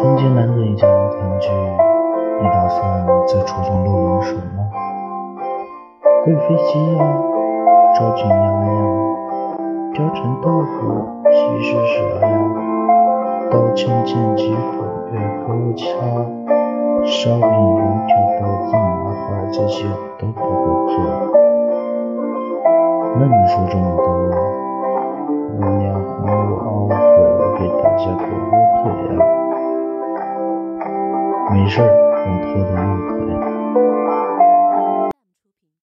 春节难得一家人团聚，你打算在初中露两手吗？会飞机呀，烧菌鸭呀，雕成豆腐，西施蛇呀，刀枪剑戟斧钺钩叉，烧饼油条包子麻花，这些都不会做。嫩说这么多，我娘喊我懊悔，给大家拖后腿啊。没事儿，我拖得又